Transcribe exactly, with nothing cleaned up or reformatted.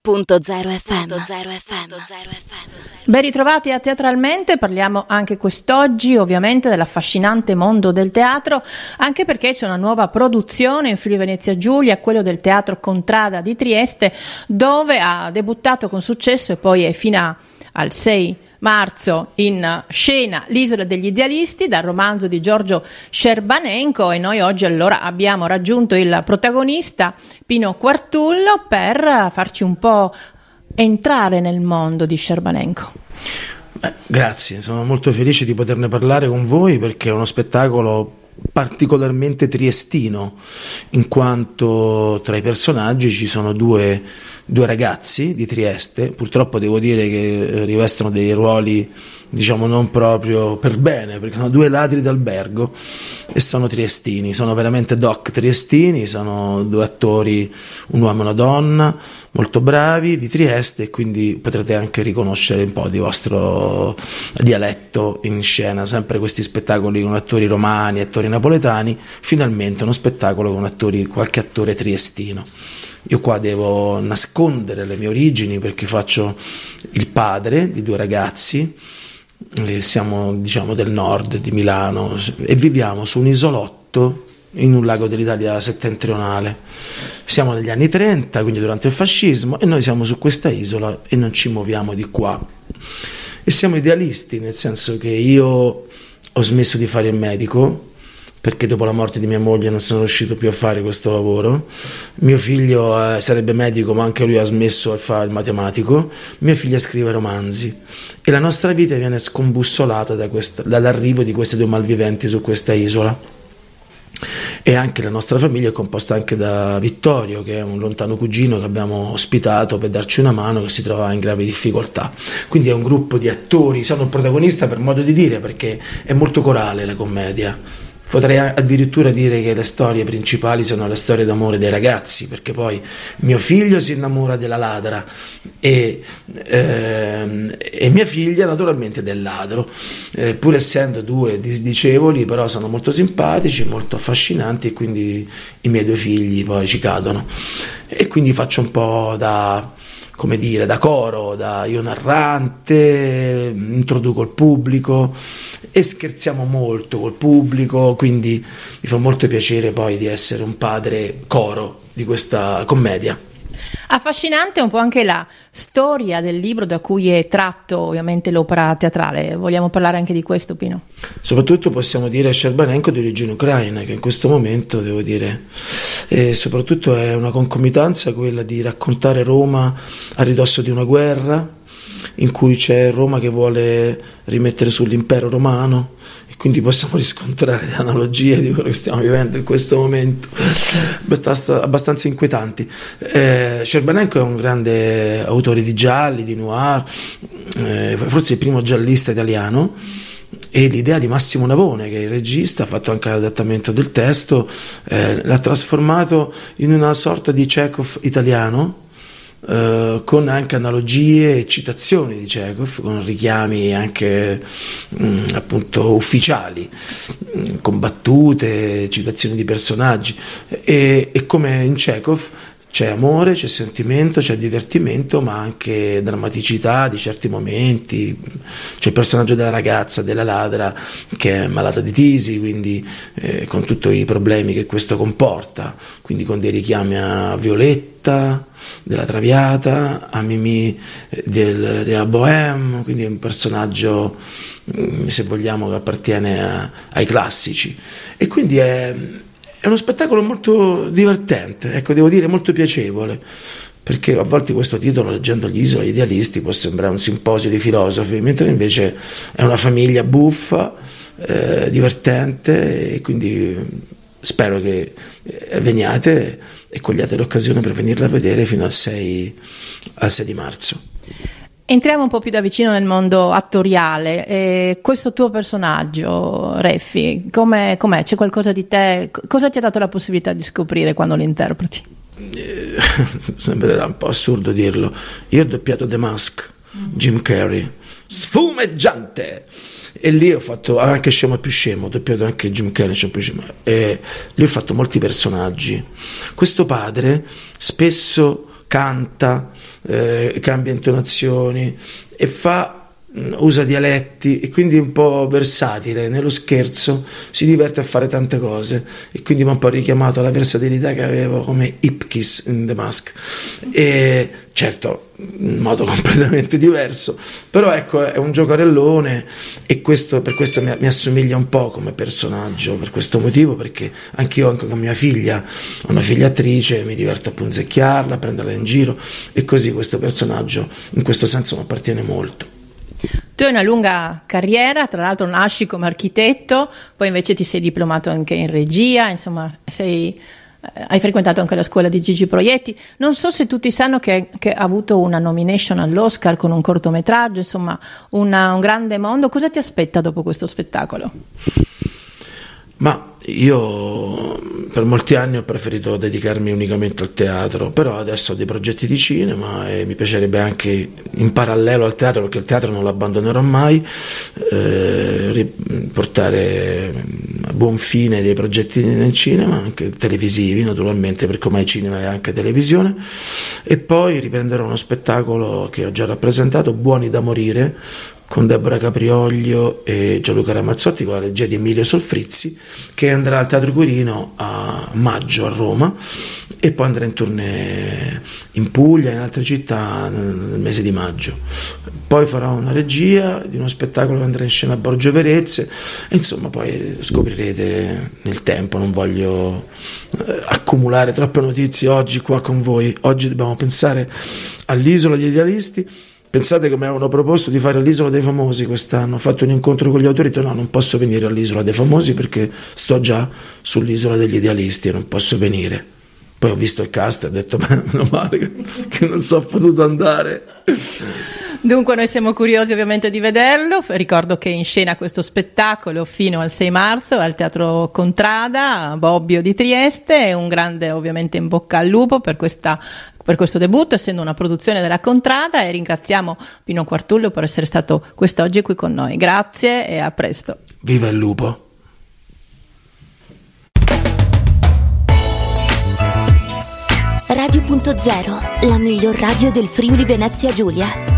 Punto zero F M. Ben ritrovati a Teatralmente, parliamo anche quest'oggi ovviamente dell'affascinante mondo del teatro, anche perché c'è una nuova produzione in Friuli Venezia Giulia, quello del Teatro Contrada di Trieste, dove ha debuttato con successo e poi è fino a, al sei marzo in scena L'Isola degli Idealisti, dal romanzo di Giorgio Scerbanenko, e noi oggi allora abbiamo raggiunto il protagonista Pino Quartullo per farci un po' entrare nel mondo di Scerbanenko. Beh, grazie, sono molto felice di poterne parlare con voi perché è uno spettacolo particolarmente triestino, in quanto tra i personaggi ci sono due due ragazzi di Trieste, purtroppo devo dire che rivestono dei ruoli diciamo non proprio per bene, perché sono due ladri d'albergo e sono triestini, sono veramente doc triestini, sono due attori, un uomo e una donna, molto bravi di Trieste, e quindi potrete anche riconoscere un po' di vostro dialetto in scena, sempre questi spettacoli con attori romani, attori napoletani, finalmente uno spettacolo con attori, qualche attore triestino. Io qua devo nascondere le mie origini perché faccio il padre di due ragazzi, siamo diciamo del nord di Milano e viviamo su un isolotto in un lago dell'Italia settentrionale. Siamo negli anni trenta, quindi durante il fascismo, e noi siamo su questa isola e non ci muoviamo di qua. E siamo idealisti, nel senso che io ho smesso di fare il medico perché dopo la morte di mia moglie non sono riuscito più a fare questo lavoro. Mio figlio eh, sarebbe medico, ma anche lui ha smesso a fare il matematico. Mia figlia scrive romanzi e la nostra vita viene scombussolata da questo, dall'arrivo di questi due malviventi su questa isola. E anche la nostra famiglia è composta anche da Vittorio, che è un lontano cugino che abbiamo ospitato per darci una mano, che si trovava in gravi difficoltà. Quindi è un gruppo di attori, sono il protagonista per modo di dire, perché è molto corale la commedia. Potrei addirittura dire che le storie principali sono le storie d'amore dei ragazzi, perché poi mio figlio si innamora della ladra e, ehm, e mia figlia naturalmente del ladro, eh, pur essendo due disdicevoli, però sono molto simpatici, molto affascinanti, e quindi i miei due figli poi ci cadono. E quindi faccio un po' da... come dire, da coro, da io narrante, introduco il pubblico e scherziamo molto col pubblico, quindi mi fa molto piacere poi di essere un padre coro di questa commedia. Affascinante un po' anche la storia del libro da cui è tratto ovviamente l'opera teatrale. Vogliamo parlare anche di questo, Pino? Soprattutto possiamo dire Scerbanenko di origine ucraina, che in questo momento, devo dire, e soprattutto è una concomitanza quella di raccontare Roma a ridosso di una guerra, in cui c'è Roma che vuole rimettere sull'impero romano, e quindi possiamo riscontrare le analogie di quello che stiamo vivendo in questo momento, abbastanza inquietanti. eh, Scerbanenko è un grande autore di gialli, di noir, eh, forse il primo giallista italiano, e l'idea di Massimo Navone, che è il regista, ha fatto anche l'adattamento del testo, eh, l'ha trasformato in una sorta di Chekhov italiano, Uh, con anche analogie e citazioni di Chekhov, con richiami anche mh, appunto ufficiali, mh, con battute, citazioni di personaggi, e, e come in Chekhov c'è amore, c'è sentimento, c'è divertimento, ma anche drammaticità di certi momenti. C'è il personaggio della ragazza, della ladra, che è malata di tisi, quindi eh, con tutti i problemi che questo comporta, quindi con dei richiami a Violetta della Traviata, a Mimì del, della Bohème, quindi è un personaggio, se vogliamo, che appartiene a, ai classici, e quindi è È uno spettacolo molto divertente, ecco, devo dire molto piacevole, perché a volte questo titolo, leggendo Gli Isola Idealisti, può sembrare un simposio di filosofi, mentre invece è una famiglia buffa, eh, divertente, e quindi spero che eh, veniate e cogliate l'occasione per venirla a vedere fino al sei, al sei di marzo. Entriamo un po' più da vicino nel mondo attoriale. Eh, questo tuo personaggio, Reffi, com'è, com'è? C'è qualcosa di te? Cosa ti ha dato la possibilità di scoprire quando lo interpreti? Eh, sembrerà un po' assurdo dirlo. Io ho doppiato The Mask, Jim Carrey, sfumeggiante, e lì ho fatto anche Scemo e più scemo, ho doppiato anche Jim Carrey, Scemo e più scemo, e lì ho fatto molti personaggi. Questo padre spesso canta, eh, cambia intonazioni e fa usa dialetti e quindi è un po' versatile nello scherzo, si diverte a fare tante cose e quindi mi ha un po' richiamato alla versatilità che avevo come Ipkiss in The Mask, e certo in modo completamente diverso, però ecco, è un giocarellone e questo, per questo mi, mi assomiglia un po' come personaggio, per questo motivo, perché anch'io anche con mia figlia, una figlia attrice, mi diverto a punzecchiarla, a prenderla in giro e così questo personaggio in questo senso mi appartiene molto. Tu hai una lunga carriera, tra l'altro nasci come architetto, poi invece ti sei diplomato anche in regia, insomma sei, eh, hai frequentato anche la scuola di Gigi Proietti. Non so se tutti sanno che, che ha avuto una nomination all'Oscar con un cortometraggio, insomma una, un grande mondo. Cosa ti aspetta dopo questo spettacolo? Ma io per molti anni ho preferito dedicarmi unicamente al teatro, però adesso ho dei progetti di cinema e mi piacerebbe anche in parallelo al teatro, perché il teatro non lo abbandonerò mai, eh, portare a buon fine dei progetti nel cinema, anche televisivi naturalmente, perché ormai cinema è anche televisione, e poi riprenderò uno spettacolo che ho già rappresentato, Buoni da morire, con Deborah Caprioglio e Gianluca Ramazzotti, con la regia di Emilio Solfrizzi, che andrà al Teatro Quirino a maggio a Roma e poi andrà in tournée in Puglia e in altre città nel mese di maggio. Poi farò una regia di uno spettacolo che andrà in scena a Borgio Verezze e insomma poi scoprirete nel tempo, non voglio eh, accumulare troppe notizie oggi qua con voi. Oggi dobbiamo pensare all'Isola degli Idealisti. Pensate che mi avevano proposto di fare l'Isola dei Famosi quest'anno, ho fatto un incontro con gli autori e ho detto no, non posso venire all'Isola dei Famosi perché sto già sull'Isola degli Idealisti e non posso venire. Poi ho visto il cast e ho detto beh, meno male che, che non sono potuto andare. Dunque noi siamo curiosi ovviamente di vederlo, ricordo che è in scena questo spettacolo fino al sei marzo al Teatro Contrada, Bobbio di Trieste, e un grande ovviamente in bocca al lupo per questa per questo debutto, essendo una produzione della Contrada, e ringraziamo Pino Quartullo per essere stato quest'oggi qui con noi. Grazie e a presto. Viva il lupo! Radio punto zero, la miglior radio del Friuli Venezia Giulia.